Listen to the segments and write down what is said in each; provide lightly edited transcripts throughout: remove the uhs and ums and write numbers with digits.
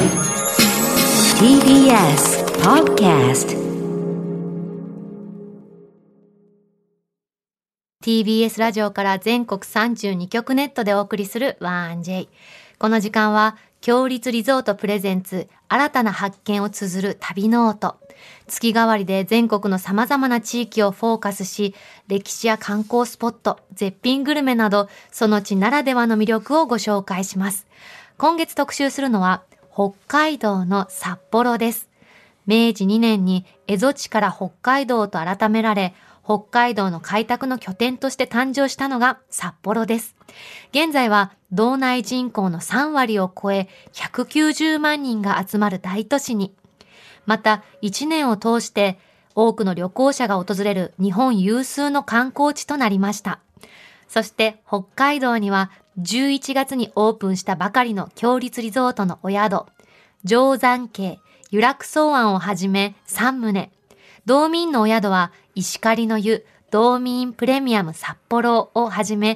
TBS Podcast TBS ラジオから全国32局ネットでお送りする 1J。 この時間は強立リゾートプレゼンツ新たな発見を綴る旅ノート。月替わりで全国の様々な地域をフォーカスし、歴史や観光スポット、絶品グルメなどその地ならではの魅力をご紹介します。今月特集するのは北海道の札幌です。明治2年に蝦夷地から北海道と改められ、北海道の開拓の拠点として誕生したのが札幌です。現在は道内人口の3割を超え、190万人が集まる大都市に。また、1年を通して多くの旅行者が訪れる日本有数の観光地となりました。そして北海道には11月にオープンしたばかりの強立リゾートのお宿、定山渓、湯楽草庵をはじめ3棟、道民のお宿は石狩の湯、道民プレミアム札幌をはじめ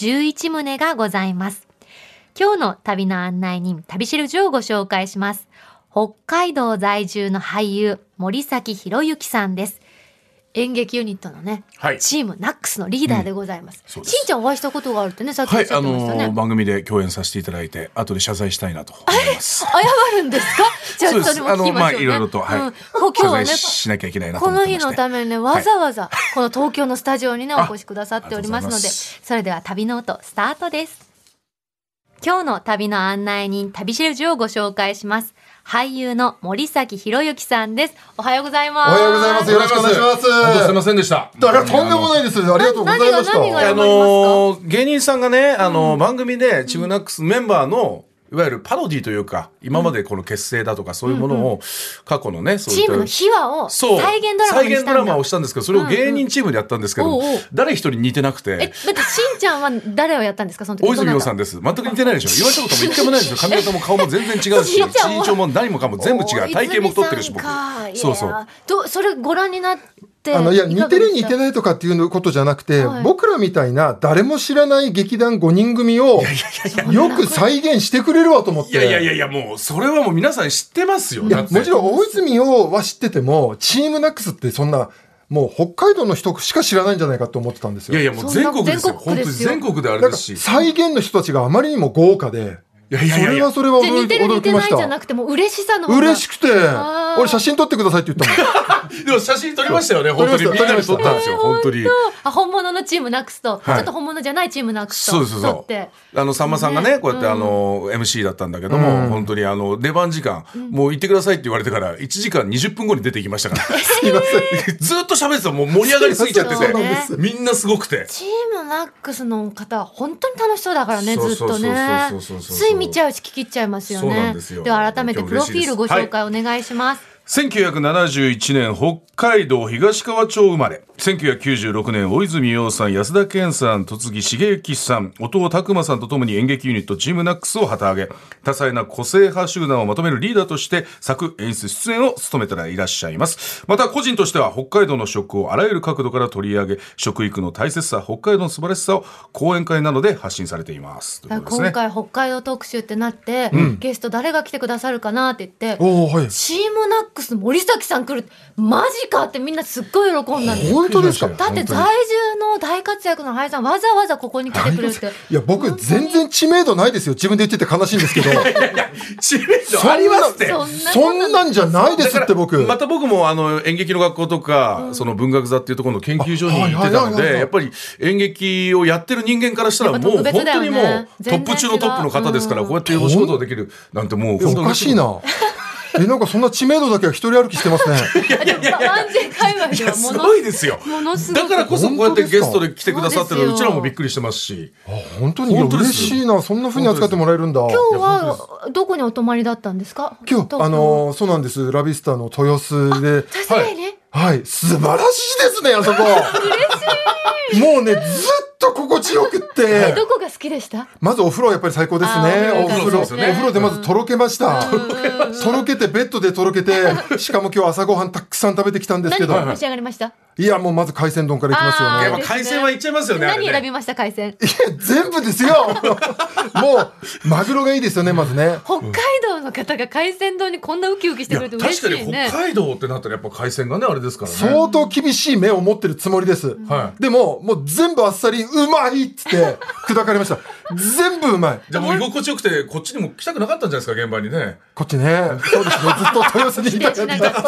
11棟がございます。今日の旅の案内人、旅しるじをご紹介します。北海道在住の俳優、森崎博之さんです。演劇ユニットのね、 はい、 チームナックスのリーダーでございます。 そうです。 しんちゃんお会いしたことがあるってね、さっきおっしゃってましたね。 番組で共演させていただいて、後で謝罪したいなと思います。 謝るんですか？じゃあそれも聞きましょうね。 いろいろと、はい、 今日はね、 謝罪しなきゃいけないなと思ってまして。 この日のためにね、わざわざこの東京のスタジオにね、お越しくださっておりますので、それでは旅ノートスタートです。今日の旅の案内人、旅しるじをご紹介します。俳優の森崎博之さんです。おはようございます。 おはようございます。よろしくお願いします。 本当すいませんでした。 だからとんでもないです。ありがとうございました。 何が芸人さんがね、番組でチームナックスメンバーのいわゆるパロディというか、今までこの結成だとかそういうものを過去のね、そういったチームの秘話を再現ドラマにしたんだ。 再現ドラマをしたんですけど、それを芸人チームでやったんですけど、誰一人似てなくて。 だってしんちゃんは誰をやったんですか、その時。 大泉洋さんです。全く似てないでしょ。言われたことも言ってもないですよ。髪型も顔も全然違うし、身長も何もかも全部違う。体型も太ってるし、僕。そうそう。 それご覧になって。 いや、似てる似てないとかっていうことじゃなくて、僕らみたいな誰も知らない劇団5人組をよく再現してくれるわと思って。 いや、もう、それはもう皆さん知ってますよ。 いや、もちろん大泉洋は知ってても、チームナックスってそんな、もう北海道の人しか知らないんじゃないかと思ってたんですよ。 いや、もう全国ですよ。本当に全国であれですし。 再現の人たちがあまりにも豪華で、それは似てる似てないじゃなくても嬉しさの方が嬉しくて、俺写真撮ってくださいって言ったもん。 でも写真撮りましたよね、本当に。みんなで撮ったんですよ、本当に。 本物のチームナックスと、ちょっと本物じゃないチームナックスと撮って。 さんまさんがね、こうやってMC だったんだけども、本当に出番時間、もう行ってくださいって言われてから1時間20分後に出てきましたから。 すいません。 ずっと喋ってた、もう盛り上がりすぎちゃってて、みんなすごくて。 チームナックスの方は本当に楽しそうだからね、ずっとね。つい見ちゃうし聞き入っちゃいますよね。 そうなんですよ。 では改めてプロフィールご紹介お願いします。 1971年北海道東川町生まれ。1996年大泉洋さん、安田顕さん、戸次重幸さん、音尾拓磨さんとともに演劇ユニットチームナックスを旗揚げ、多彩な個性派集団をまとめるリーダーとして作演出出演を務めていらっしゃいます。また個人としては北海道の食をあらゆる角度から取り上げ、食育の大切さ、北海道の素晴らしさを講演会などで発信されています。 今回北海道特集ってなって、ゲスト誰が来てくださるかなって言って、チームナックス森崎さん来る、マジかってみんなすっごい喜んだんです。 本当ですか？ だって在住の大活躍の俳優さんわざわざここに来てくれるって。 いや、僕全然知名度ないですよ。自分で言ってて悲しいんですけど。 知名度ありますって。 そんなんじゃないですって僕。 また僕も演劇の学校とか、その文学座っていうところの研究所に行ってたので、やっぱり演劇をやってる人間からしたらもう本当にもうトップ中のトップの方ですから、こうやってお仕事できるなんてもうおかしいな。なんかそんな知名度だけは一人歩きしてますね。 すごいですよ。だからこそこうやってゲストで来てくださってるうちらもびっくりしてますし。 本当に嬉しいな。そんな風に扱ってもらえるんだ。 今日はどこにお泊まりだったんですか？ 今日そうなんです。ラビスタの豊洲で。 確かにね。 はい、素晴らしいですね、あそこ。 嬉しい。 もうね、ずっと心地よくってどこが好きでした？ まずお風呂やっぱり最高ですね。お風呂でまずとろけました。とろけてベッドでとろけて、しかも今日朝ごはんたくさん食べてきたんですけど、 何召し上がりました？ いやもうまず海鮮丼からいきますよね。 やっぱ海鮮はいっちゃいますよね。 何選びました？海鮮。 いや全部ですよ。もうマグロがいいですよね、まずね。 北海道の方が海鮮丼にこんなウキウキしてくれて嬉しいね。 確かに北海道ってなったらやっぱ海鮮がねあれですからね。 相当厳しい目を持ってるつもりです。でももう全部あっさりうまいっつって砕かれました。全部うまい。 じゃあもう居心地よくてこっちにも来たくなかったんじゃないですか、現場にね。 こっちね。そうですね。ずっと豊洲にいたかった。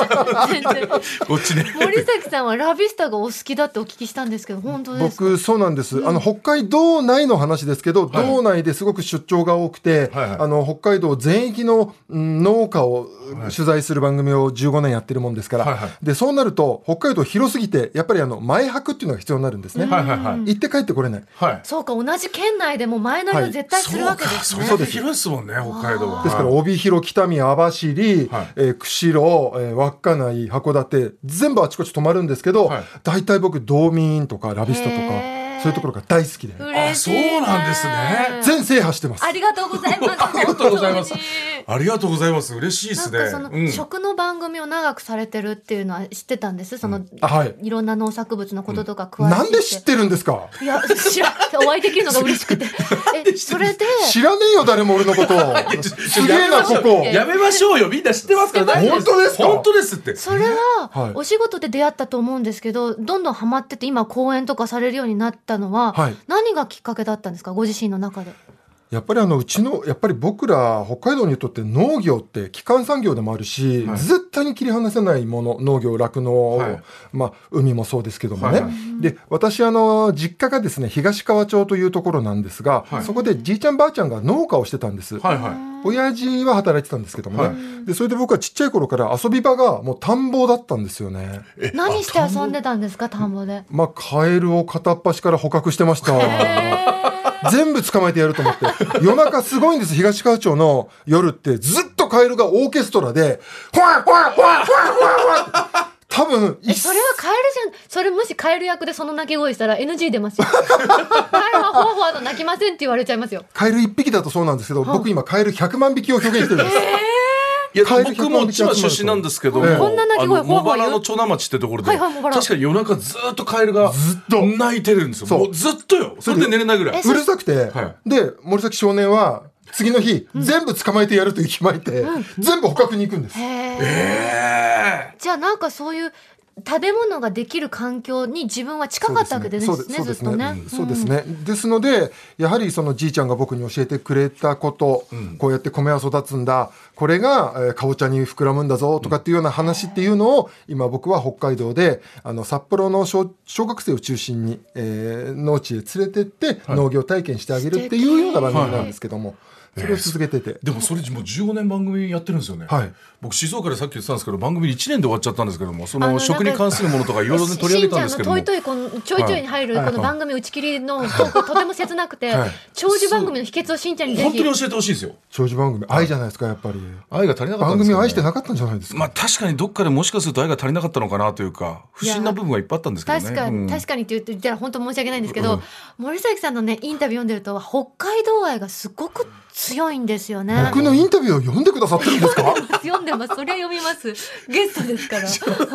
こっちね。 森崎さんはラビスタがお好きだってお聞きしたんですけど、本当ですか？ 僕そうなんです。北海道内の話ですけど、道内ですごく出張が多くて、北海道全域の農家を取材する番組を15年やってるもんですから、でそうなると北海道広すぎてやっぱり前泊っていうのが必要になるんですね。行って帰ってこれない。 そうか、同じ県内でも前乗りを絶対するわけですね。 そうです。広いですもんね、北海道は。 ですから帯広、北見、網走、釧路、稚内、函館全部あちこち泊まるんですけど、大体僕道民とかラビスタとかそういうところが大好きで。 嬉しいね。 そうなんですね。 全制覇してます。 ありがとうございます。 ありがとうございます。ありがとうございます。嬉しいですね。 なんかその、食の番組を長くされてるっていうのは知ってたんです。その、いろんな農作物のこととか詳しいって。 なんで知ってるんですか？ いや、お会いできるのが嬉しくて。それで。 知らねえよ、誰も俺のこと。すげえな、ここ。 やめましょうよ。みんな知ってますから。 本当ですか？ 本当ですって。 それは、お仕事で出会ったと思うんですけど、どんどんハマってて、今講演とかされるようになったのは、何がきっかけだったんですか？ご自身の中で。 やっぱりやっぱり僕ら北海道にとって農業って基幹産業でもあるし、絶対に切り離せないもの、農業、酪農、海もそうですけどもね。で、私実家がですね、東川町というところなんですが、そこでじいちゃんばあちゃんが農家をしてたんです。親父は働いてたんですけどもね。で、それで僕はちっちゃい頃から遊び場がもう田んぼだったんですよね。 何して遊んでたんですか、田んぼで。 カエルを片っ端から捕獲してました。全部捕まえてやると思って。夜中すごいんです。東川町の夜ってずっとカエルがオーケストラで、ほわほわほわほわほわ多分、 それはカエルじゃん。それもしカエル役でその鳴き声したら NG 出ますよ。カエルはほわほわと鳴きませんって言われちゃいますよ。 カエル1匹だとそうなんですけど、僕今カエル100万匹を表現してるんです。 いや僕も千葉出身なんですけども、茂原の長南町ってところで、確かに夜中ずっとカエルがずっと鳴いてるんですよ。もうずっとよ。それで寝れないぐらい。 うるさくて、で森崎少年は次の日、全部捕まえてやると息巻いて、全部捕獲に行くんです。 じゃあなんかそういう食べ物ができる環境に自分は近かったわけですね、ずっとね。 そうですね。ですので、やはりそのじいちゃんが僕に教えてくれたこと、こうやって米は育つんだ、これがかぼちゃに膨らむんだぞとかっていうような話っていうのを、今僕は北海道で札幌の小学生を中心に、農地へ連れてって農業体験してあげるっていうような番組なんですけども。それを続けてて、 でもそれもう15年番組やってるんですよね。僕静岡でさっき言ってたんですけど、番組1年で終わっちゃったんですけども、その食に関するものとかいろいろ取り上げたんですけども、 しんちゃんのちょいちょいに入るこの番組打ち切りのトークとても切なくて、長寿番組の秘訣をしんちゃんにぜひ本当に教えてほしいですよ。 長寿番組愛じゃないですか。やっぱり愛が足りなかったんですかね。 番組を愛してなかったんじゃないですか。 確かにどっかでもしかすると愛が足りなかったのかなというか、不審な部分はいっぱいあったんですけどね。 確かにって言ったら本当申し訳ないんですけど、森崎さんのねインタビュー読んでると北海道愛がすごく強いんですよね。 僕のインタビューを読んでくださってるんですか？ 読んでます。そりゃ読みます。ゲストですから。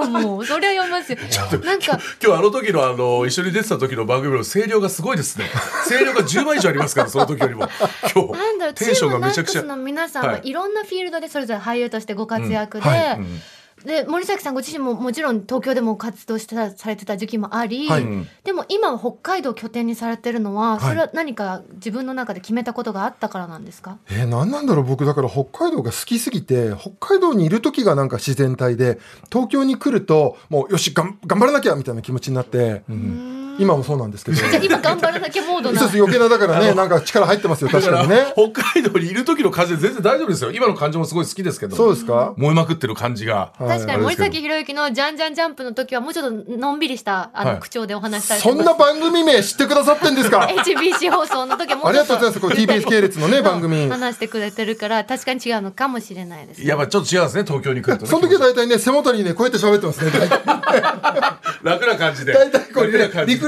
もうそりゃ読みますよ。なんか今日時の一緒に出てた時の番組の声量がすごいですね。声量が10倍以上ありますから、その時よりも。今日なんだろう、 テンションがめちゃくちゃ。 チームナックスの皆さんはいろんなフィールドでそれぞれ俳優としてご活躍で。で森崎さんご自身ももちろん東京でも活動されてた時期もあり、でも今は北海道を拠点にされてるのは、それは何か自分の中で決めたことがあったからなんですか？ 何なんだろう。僕だから北海道が好きすぎて、北海道にいる時がなんか自然体で、東京に来るともうよし頑張らなきゃみたいな気持ちになって、今もそうなんですけど。 じゃあ今頑張らなきゃモードな。 そうです。余計なだからね、なんか力入ってますよ。確かにね。 北海道にいる時の感じで全然大丈夫ですよ。今の感じもすごい好きですけど。 そうですか？ 燃えまくってる感じが。 確かに森崎博之のジャンジャンジャンプの時はもうちょっとのんびりした口調でお話しされてます。 そんな番組名知ってくださってんですか？ HBC 放送の時はもうありがとうございます。これ TBS 系列のね番組話してくれてるから確かに違うのかもしれないです、ね。 やっぱちょっと違うんですね、東京に来ると、ね。 その時は大体ね背もたれにねこうやって喋ってますね。 楽な感じで。 大体これねリク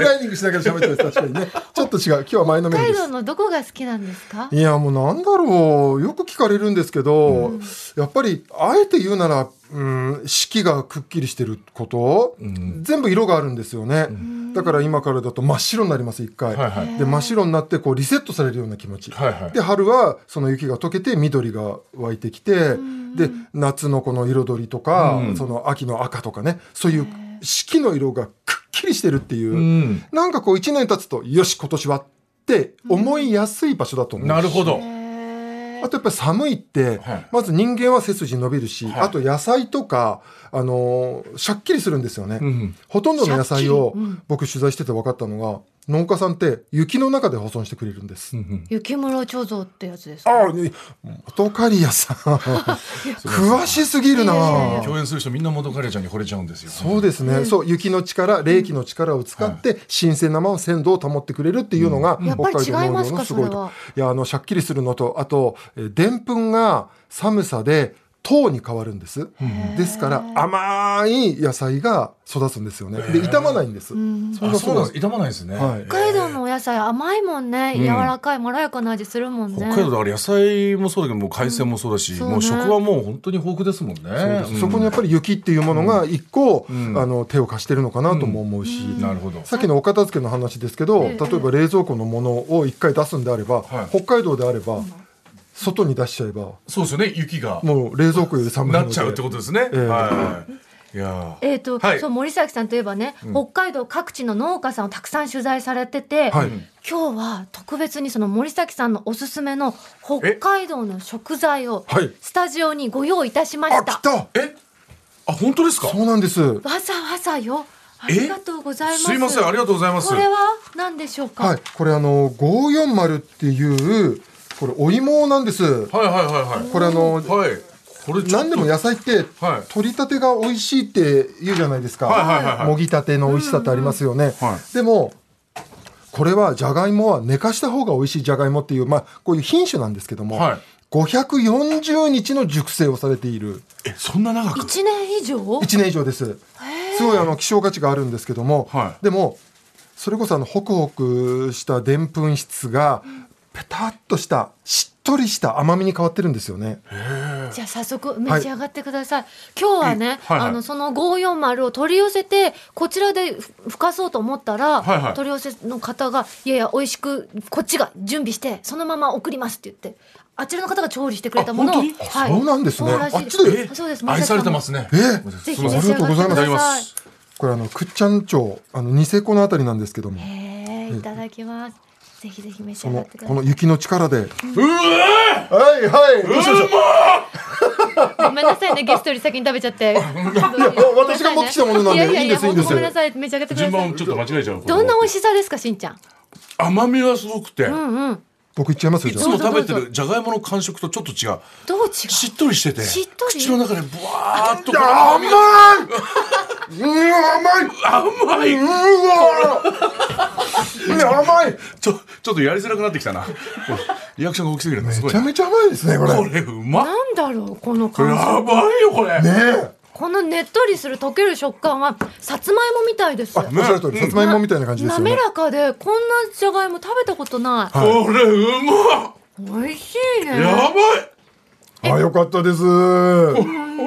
ライニングしながら喋ってるんです。確かにね。ちょっと違う。今日は前のめりです。 北海道のどこが好きなんですか？ いや、もうなんだろう。よく聞かれるんですけど、やっぱり、あえて言うなら、四季がくっきりしてること、全部色があるんですよね。だから今からだと真っ白になります、一回。で、真っ白になってこうリセットされるような気持ち。で、春はその雪が溶けて緑が湧いてきて、で、夏のこの彩りとか、その秋の赤とかね、そういう四季の色がくっきりしてるっていう、なんかこう一年経つと、よし、今年はって思いやすい場所だと思う。 なるほど。 あとやっぱり寒いって、まず人間は背筋伸びるし、あと野菜とか、しゃっきりするんですよね。ほとんどの野菜を僕取材してて分かったのが、農家さんって雪の中で保存してくれるんです。 雪室貯蔵ってやつですか？ 元刈谷さん詳しすぎるな。 共演する人みんな元刈谷ちゃんに惚れちゃうんですよ。 そうですね。そう、雪の力、冷気の力を使って新鮮なまま鮮度を保ってくれるっていうのがやっぱり違いますか？ 北海道農業のすごいと。いや、しゃっきりするのと、あとでんぷんが寒さで糖に変わるんです。ですから甘い野菜が育つんですよね。で、傷まないんです。 そうなんです。傷まないですね。 北海道のお野菜甘いもんね。柔らかいまろやかな味するもんね。 北海道だから野菜もそうだけどもう海鮮もそうだし、もう食はもう本当に豊富ですもんね。 そこにやっぱり雪っていうものが一個、手を貸してるのかなとも思うし、 なるほど。 さっきのお片付けの話ですけど、例えば冷蔵庫のものを一回出すんであれば、北海道であれば外に出しちゃえば、 そうですよね。雪がもう冷蔵庫より寒いのでなっちゃうってことですね。いやそう森崎さんといえばね、北海道各地の農家さんをたくさん取材されてて、今日は特別にその森崎さんのおすすめの北海道の食材をスタジオにご用意いたしました。 来た。 本当ですか？ そうなんです。 わざわざよ。ありがとうございます。 すいません、ありがとうございます。 これは何でしょうか？ これ540っていうこれお芋なんです。これこれ何でも野菜って取りたてが美味しいって言うじゃないですか。もぎたての美味しさってありますよね。でもこれはじゃがいもは寝かした方が美味しいじゃがいもっていう、こういう品種なんですけども、540日の熟成をされている。 そんな長く 1年以上 ？1年以上です。すごい希少価値があるんですけども、でもそれこそホクホクしたでんぷん質がペタッとしたしっとりした甘みに変わってるんですよね。 じゃあ早速召し上がってください。今日はね、その540を取り寄せてこちらでふかそうと思ったら、取り寄せの方がいやいや美味しくこっちが準備してそのまま送りますって言ってあちらの方が調理してくれたものを、 そうなんですね。あっちでそうです。 愛されてますね。 ぜひ召し上がってください。 これ倶知安町ニセコのあたりなんですけども、 いただきます。ぜひぜひ召し上がってください。 この雪の力で。 ごめんなさいね、ゲストより先に食べちゃって。 私が持ってきたものなんでいいんです、いいんです。 ごめんなさい、召し上がってください。 順番ちょっと間違えちゃう。 どんな美味しさですか、しんちゃん？ 甘みはすごくて。 僕いっちゃいますよ。 いつも食べてるじゃがいもの感触とちょっと違う。 どう違う？ しっとりしてて、口の中でブワーッと甘い。 甘い。 甘い。 ちょっとやりづらくなってきたな。リアクションが大きすぎる。 めちゃめちゃ甘いですね、これ。 これうまっ。 なんだろうこの感じ。 やばいよこれ。 このねっとりする溶ける食感はさつまいもみたいです。 おっしゃる通り、さつまいもみたいな感じですよね。 滑らかでこんなじゃがいも食べたことない。 これうまっ。 美味しいね。 やばい。 よかったです。 こ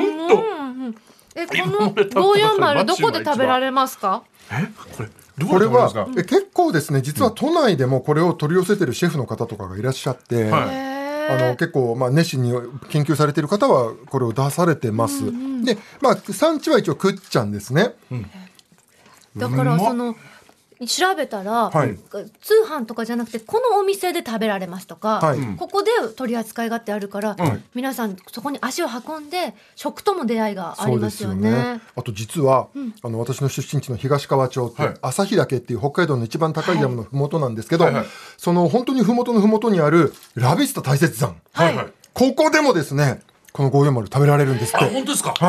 の540どこで食べられますか？ これは結構ですね、実は都内でもこれを取り寄せてるシェフの方とかがいらっしゃって、結構熱心に研究されている方はこれを出されてます。で、産地は一応倶知安ですね。 だから調べたら、通販とかじゃなくてこのお店で食べられますとか、ここで取り扱いがってあるから、皆さんそこに足を運んで食とも出会いがありますよね。 あと実は、私の出身地の東川町って旭岳っていう北海道の一番高い山のふもとなんですけど、その本当にふもとのふもとにあるラビスタ大雪山、ここでもですねこの540食べられるんですって。 本当ですか？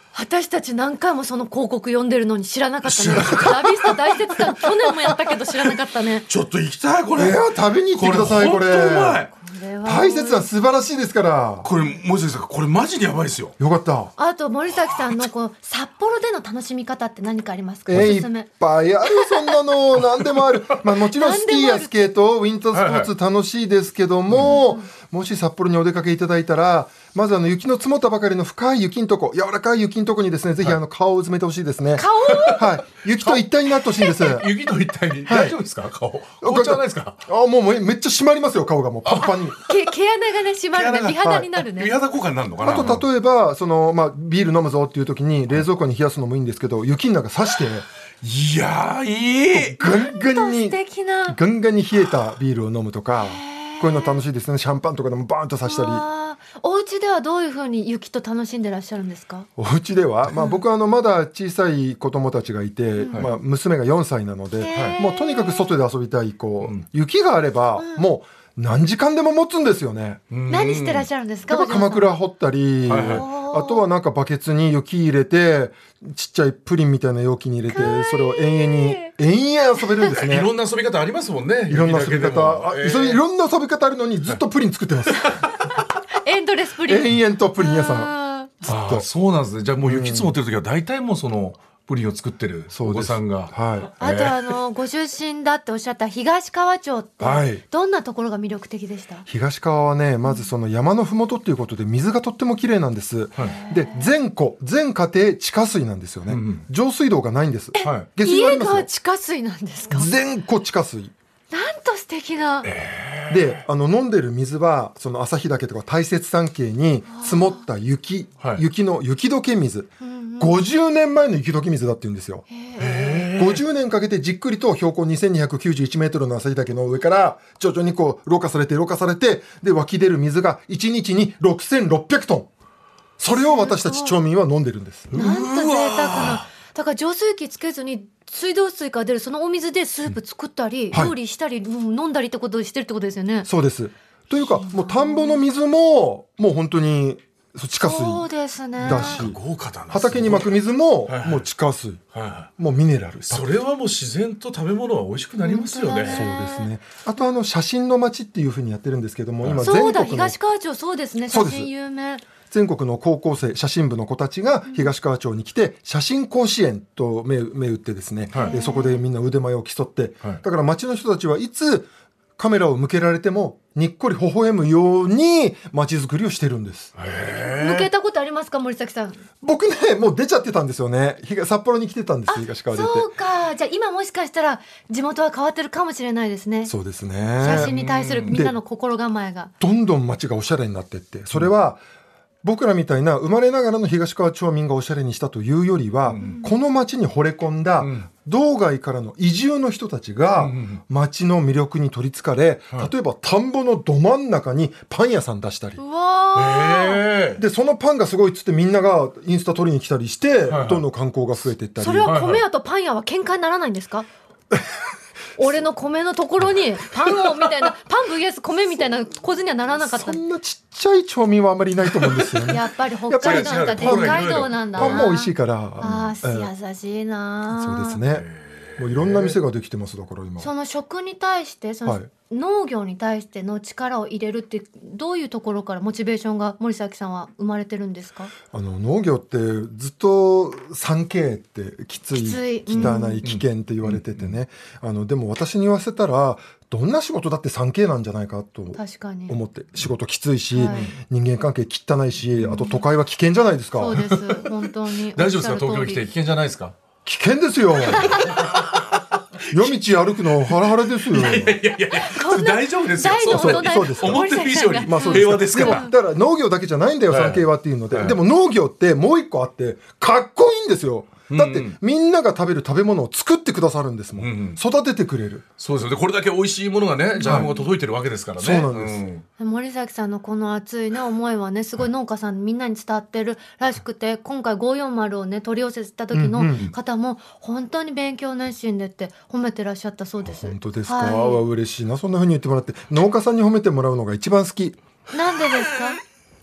私たち何回もその広告読んでるのに知らなかったね。ラビスタ大雪さん去年もやったけど知らなかったね。 ちょっと行きたいこれ。 いや食べに行ってくださいこれ。 本当うまい。 大雪は素晴らしいですから。 これ森崎さんこれマジでやばいですよ。 よかった。 あと森崎さんのこう札幌での楽しみ方って何かありますか？おいっすすめ。 ぱいあるそんなの何でもある。まあもちろんスキーやスケートウィンタースポーツ楽しいですけども、もし札幌にお出かけいただいたらまず雪の積もったばかりの深い雪のとこ、柔らかい雪のとこにですね、ぜひ顔を埋めてほしいですね。 顔？ はい。雪と一体になってほしいんです。 雪と一体に、大丈夫ですか顔？凍っちゃわないですか？ もうめっちゃ締まりますよ、顔がもうパンパンに。 毛穴がね締まるね、美肌になるね。 美肌効果になるのかな。 あと例えばビール飲むぞっていう時に冷蔵庫に冷やすのもいいんですけど、雪の中刺して。 いやーいい。 ガンガンに冷えたビールを飲むとか、こういうの楽しいですね。シャンパンとかでもバーンと刺したり。 お家ではどういう風に雪と楽しんでらっしゃるんですか？ お家では、僕はまだ小さい子供たちがいて、娘が4歳なので、もうとにかく外で遊びたい子、雪があれば、もう何時間でも持つんですよね。 何してらっしゃるんですか？ やっぱ鎌倉掘ったり、あとはなんかバケツに雪入れてちっちゃいプリンみたいな容器に入れて、それを延々遊べるんですね。 いろんな遊び方ありますもんね。 いろんな遊び方、いろんな遊び方あるのにずっとプリン作ってます。 エンドレスプリン。 延々とプリン屋さん。ずっと。 そうなんですね。じゃあもう雪積もってる時は大体もうそのプリンを作ってるお子さんが。 あとご出身だっておっしゃった東川町ってどんなところが魅力的でした？ 東川はね、まずその山のふもとっていうことで水がとっても綺麗なんです。で全家庭地下水なんですよね。上水道がないんです。 家が地下水なんですか？ 全戸地下水。 なんと素敵な。 で飲んでる水はその旭岳とか大雪山系に積もった雪の雪解け水、50年前の雪解け水だって言うんですよ。50年かけてじっくりと標高2291メートルの旭岳の上から徐々にこうろ過されてで湧き出る水が1日に6600トン。それを私たち町民は飲んでるんです。 なんと贅沢な。だから浄水器つけずに水道水から出るそのお水でスープ作ったり、料理したり、飲んだりってことをしてるってことですよね。 そうです。というかもう田んぼの水ももう本当に地下水だし、 豪華だな。 畑にまく水ももう地下水、もうミネラル。 それはもう自然と食べ物は美味しくなりますよね。 そうですね。あと写真の街っていう風にやってるんですけども、今そうだ、 全国の東川町そうですね。写真有名。 全国の高校生写真部の子たちが東川町に来て写真甲子園と銘打ってですね、そこでみんな腕前を競って、だから町の人たちはいつカメラを向けられてもにっこり微笑むように街づくりをしてるんです。 向けたことありますか、森崎さん？ 僕ね、もう出ちゃってたんですよね。札幌に来てたんです。東川出て。 そうか。じゃあ今もしかしたら地元は変わってるかもしれないですね。 そうですね。 写真に対するみんなの心構えがどんどん街がおしゃれになっていって、それは僕らみたいな生まれながらの東川町民がおしゃれにしたというよりは、この町に惚れ込んだ道外からの移住の人たちが町の魅力に取りつかれ、例えば田んぼのど真ん中にパン屋さん出したり、でそのパンがすごいっつってみんながインスタ撮りに来たりして、どんどん観光が増えていったり。 それは米屋とパン屋は喧嘩にならないんですか？俺の米のところにパンをみたいな、パン vs 米みたいな構図にはならなかった。 そんなちっちゃい町民はあまりいないと思うんですよね。 やっぱり北海道なんだ、北海道なんだな。 パンも美味しいから。 優しいな。 そうですね。もういろんな店ができてます。だから今その食に対して農業に対しての力を入れるってどういうところからモチベーションが森崎さんは生まれてるんですか？ 農業ってずっと 3K ってきつい汚い危険って言われててね、でも私に言わせたらどんな仕事だって 3K なんじゃないかと思って。仕事きついし、人間関係汚いし、あと都会は危険じゃないですか。 そうです本当に大丈夫ですか？東京に来て危険じゃないですか？ 危険ですよ。夜道歩くのハラハラですよ。いや大丈夫ですよ。 そうです。 思ってる以上に平和ですから。 だから農業だけじゃないんだよ、3K はっていうので。でも農業ってもう一個あってかっこいいんですよ。だってみんなが食べる食べ物を作ってくださるんですもん。育ててくれる。 そうですよね。これだけ美味しいものがね、じゃがいもが届いてるわけですからね。 そうなんです。 森崎さんのこの熱いね思いはね、すごい農家さんみんなに伝わってるらしくて、今回540をね取り寄せた時の方も本当に勉強熱心でって褒めてらっしゃったそうです。 本当ですか？嬉しいな、そんな風に言ってもらって。農家さんに褒めてもらうのが一番好き。 なんでですか？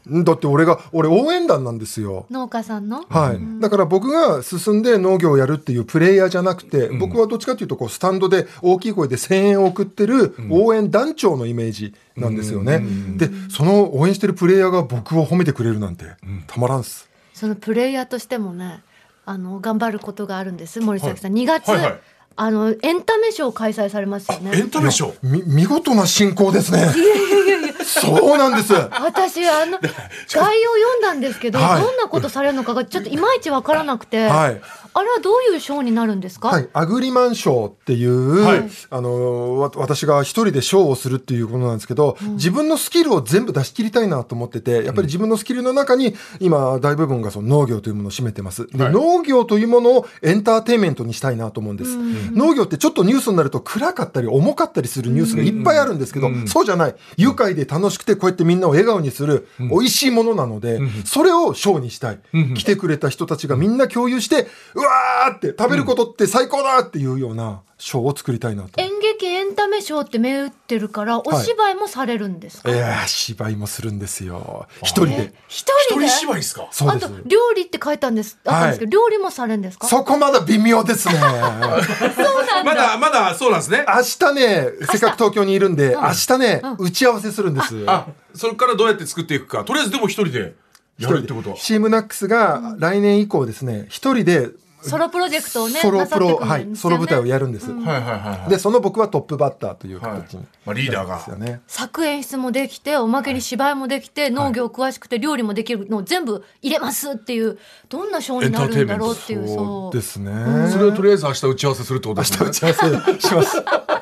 だって俺応援団なんですよ。 農家さんの。 はい。だから僕が進んで農業をやるっていうプレイヤーじゃなくて、僕はどっちかというとこうスタンドで大きい声で声援を送ってる応援団長のイメージなんですよね。で、その応援してるプレイヤーが僕を褒めてくれるなんてたまらんす。 そのプレイヤーとしてもね、頑張ることがあるんです。森崎さん、2月、 はいはいエンタメショー開催されますよね。 エンタメショー見事な進行ですね。そうなんです。 私概要読んだんですけど、 はいどんなことされるのかがちょっといまいちわからなくて、 はいあれはどういうショーになるんですか？ はい、アグリマン賞っていう、 はい私が一人で賞をするっていうことなんですけど、自分のスキルを全部出し切りたいなと思ってて、やっぱり自分のスキルの中に今大部分がその農業というものを占めてます。で、 はい農業というものをエンターテインメントにしたいなと思うんです。農業ってちょっとニュースになると暗かったり重かったりするニュースがいっぱいあるんですけど、そうじゃない。愉快で楽しくてこうやってみんなを笑顔にする美味しいものなので、それを賞にしたい。来てくれた人たちがみんな共有して、うわーって食べることって最高だっていうような賞を作りたいなと。 演劇エンタメショーって銘打ってるから、お芝居もされるんですか？ 芝居もするんですよ。一人で。 一人で一人芝居ですか？ そうですあと料理って書いたんですあったんですけど、料理もされるんですか？ そこまだ微妙ですね。 そうなんだ。 まだそうなんですね。 明日ね、せっかく東京にいるんで、明日ね、打ち合わせするんです。 それからどうやって作っていくか。とりあえずでも一人でやるってことは。 チームナックスが来年以降ですね、一人でソロプロジェクトをね、 ソロなさっていくんですよね。 ソロ舞台をやるんです。 はいはいはい。 で、その僕はトップバッターという形に。 リーダーがですよね。 作演出もできて、おまけに芝居もできて、農業詳しくて料理もできるのを全部入れますっていう、どんなショーになるんだろうっていう。 そうですね。 それをとりあえず明日打ち合わせするってことですね。 明日打ち合わせします。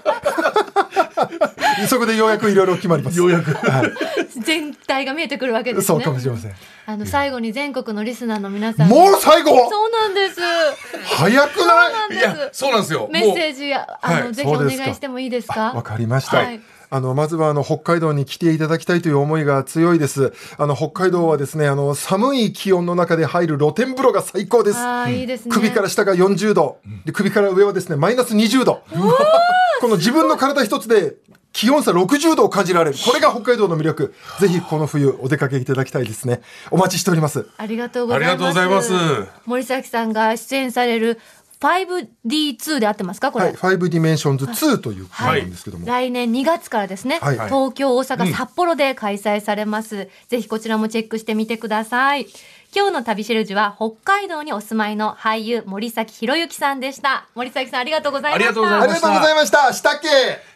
そこでようやくいろいろ決まります。 ようやく。 全体が見えてくるわけですね。 そうかもしれません。 最後に全国のリスナーの皆さん。 もう最後？ そうなんです。 早くない？ いや、そうなんですよ。 メッセージぜひお願いしてもいいですか？ わかりました。 はい。 まずは北海道に来ていただきたいという思いが強いです。北海道はですね、寒い気温の中で入る露天風呂が最高です。 いいですね。 首から下が40度。で、首から上はですね、マイナス20度。この自分の体一つで気温差60度を感じられる。これが北海道の魅力。ぜひこの冬お出かけいただきたいですね。お待ちしております。 ありがとうございます。 ありがとうございます。 森崎さんが出演される 5D2 で合ってますかこれ？ はい、5 Dimensions 2ということなんですけども、 来年2月からですね、 はい東京、大阪、札幌で開催されます。ぜひこちらもチェックしてみてください。今日の旅しるじは北海道にお住まいの俳優森崎博之さんでした。森崎さんありがとうございました。 ありがとうございありがとうございました。したっけ。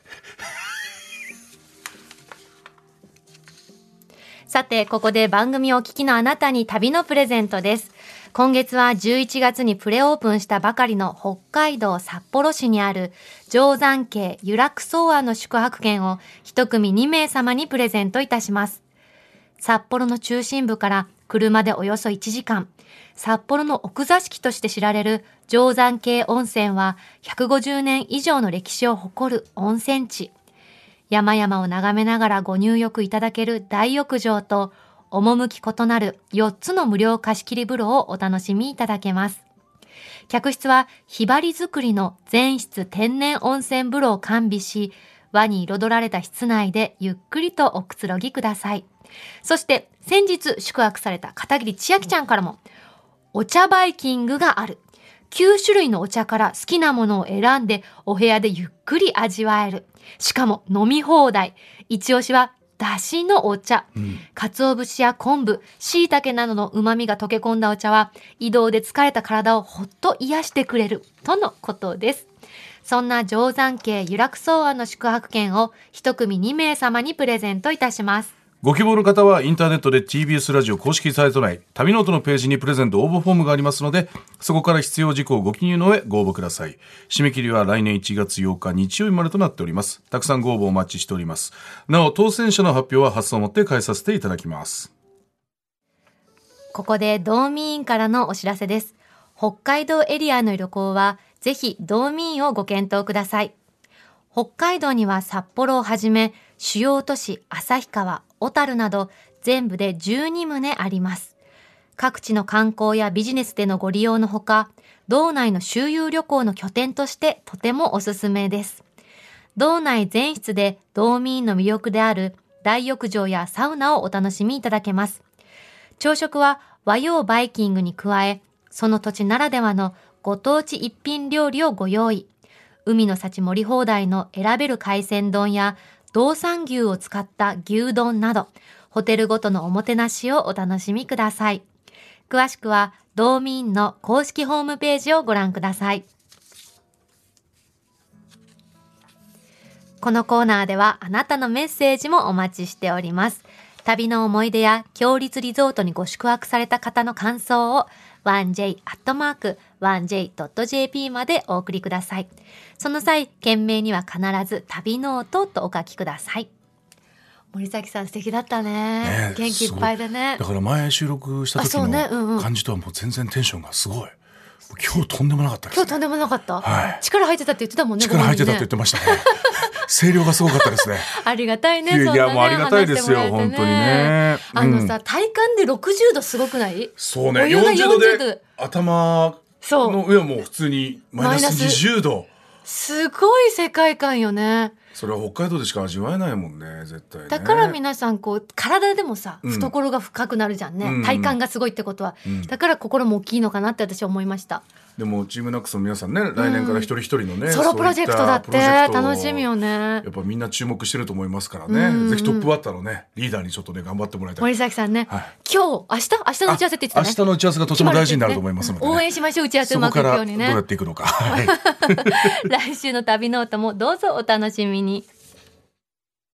さて、ここで番組をお聞きのあなたに旅のプレゼントです。今月は11月にプレオープンしたばかりの北海道札幌市にある定山渓湯楽草庵の宿泊券を一組2名様にプレゼントいたします。札幌の中心部から車でおよそ1時間、札幌の奥座敷として知られる定山渓温泉は150年以上の歴史を誇る温泉地。山々を眺めながらご入浴いただける大浴場と、趣異なる4つの無料貸し切り風呂をお楽しみいただけます。客室はひばり作りの全室天然温泉風呂を完備し、和に彩られた室内でゆっくりとおくつろぎください。そして先日宿泊された片桐千秋ちゃんからも、お茶バイキングがある。9種類のお茶から好きなものを選んでお部屋でゆっくり味わえる。しかも飲み放題。一押しはだしのお茶。鰹節や昆布、椎茸などの旨味が溶け込んだお茶は移動で疲れた体をほっと癒してくれるとのことです。そんな定山渓湯楽草庵の宿泊券を一組2名様にプレゼントいたします。 ご希望の方はインターネットで TBS ラジオ公式サイト内旅ノートのページにプレゼント応募フォームがありますので、そこから必要事項をご記入の上ご応募ください。締め切りは来年1月8日日曜日までとなっております。たくさんご応募お待ちしております。なお当選者の発表は発送をもって返させていただきます。 ここで道民員からのお知らせです。北海道エリアの旅行はぜひ道民員をご検討ください。北海道には札幌をはじめ主要都市旭川、小樽など全部で12棟あります。各地の観光やビジネスでのご利用のほか、道内の周遊旅行の拠点としてとてもおすすめです。道内全室で道民の魅力である大浴場やサウナをお楽しみいただけます。 朝食は和洋バイキングに加え、その土地ならではのご当地一品料理をご用意。海の幸盛り放題の選べる海鮮丼や道産牛を使った牛丼など、ホテルごとのおもてなしをお楽しみください。詳しくは道民の公式ホームページをご覧ください。このコーナーではあなたのメッセージもお待ちしております。旅の思い出や強立リゾートにご宿泊された方の感想を 1j@1j.jp までお送りください。その際、件名には必ず旅ノートとお書きください。森崎さん素敵だったね。元気いっぱいでね。 だから前収録した時の感じとはもう全然テンションがすごい。今日とんでもなかったですね。 今日とんでもなかった、 はい、 力入ってたって言ってたもんね。 力入ってたって言ってましたね。声量がすごかったですね。 ありがたいね。 いや、もうありがたいですよ、本当にね。 さ、体感で60度すごいない？ そうね、40度で頭の上はもう普通にマイナス20度。 すごい世界観よね。 それは北海道でしか味わえないもんね、絶対ね。 だから皆さんこう体でもさ、懐が深くなるじゃんね、体感がすごいってことは、だから心も大きいのかなって私は思いました。 でもチームナックスの皆さんね、来年から一人一人のね、 ソロプロジェクトだって楽しみよね。 やっぱみんな注目してると思いますからね、ぜひトップバッターのねリーダーにちょっとね頑張ってもらいたい。 森崎さんね、明日の打ち合わせって言ってたね。 明日の打ち合わせがとても大事になると思いますので、 応援しましょう。打ち合わせうまくいくようにね。 そこからどうやっていくのか。 来週の旅ノートもどうぞお楽しみに。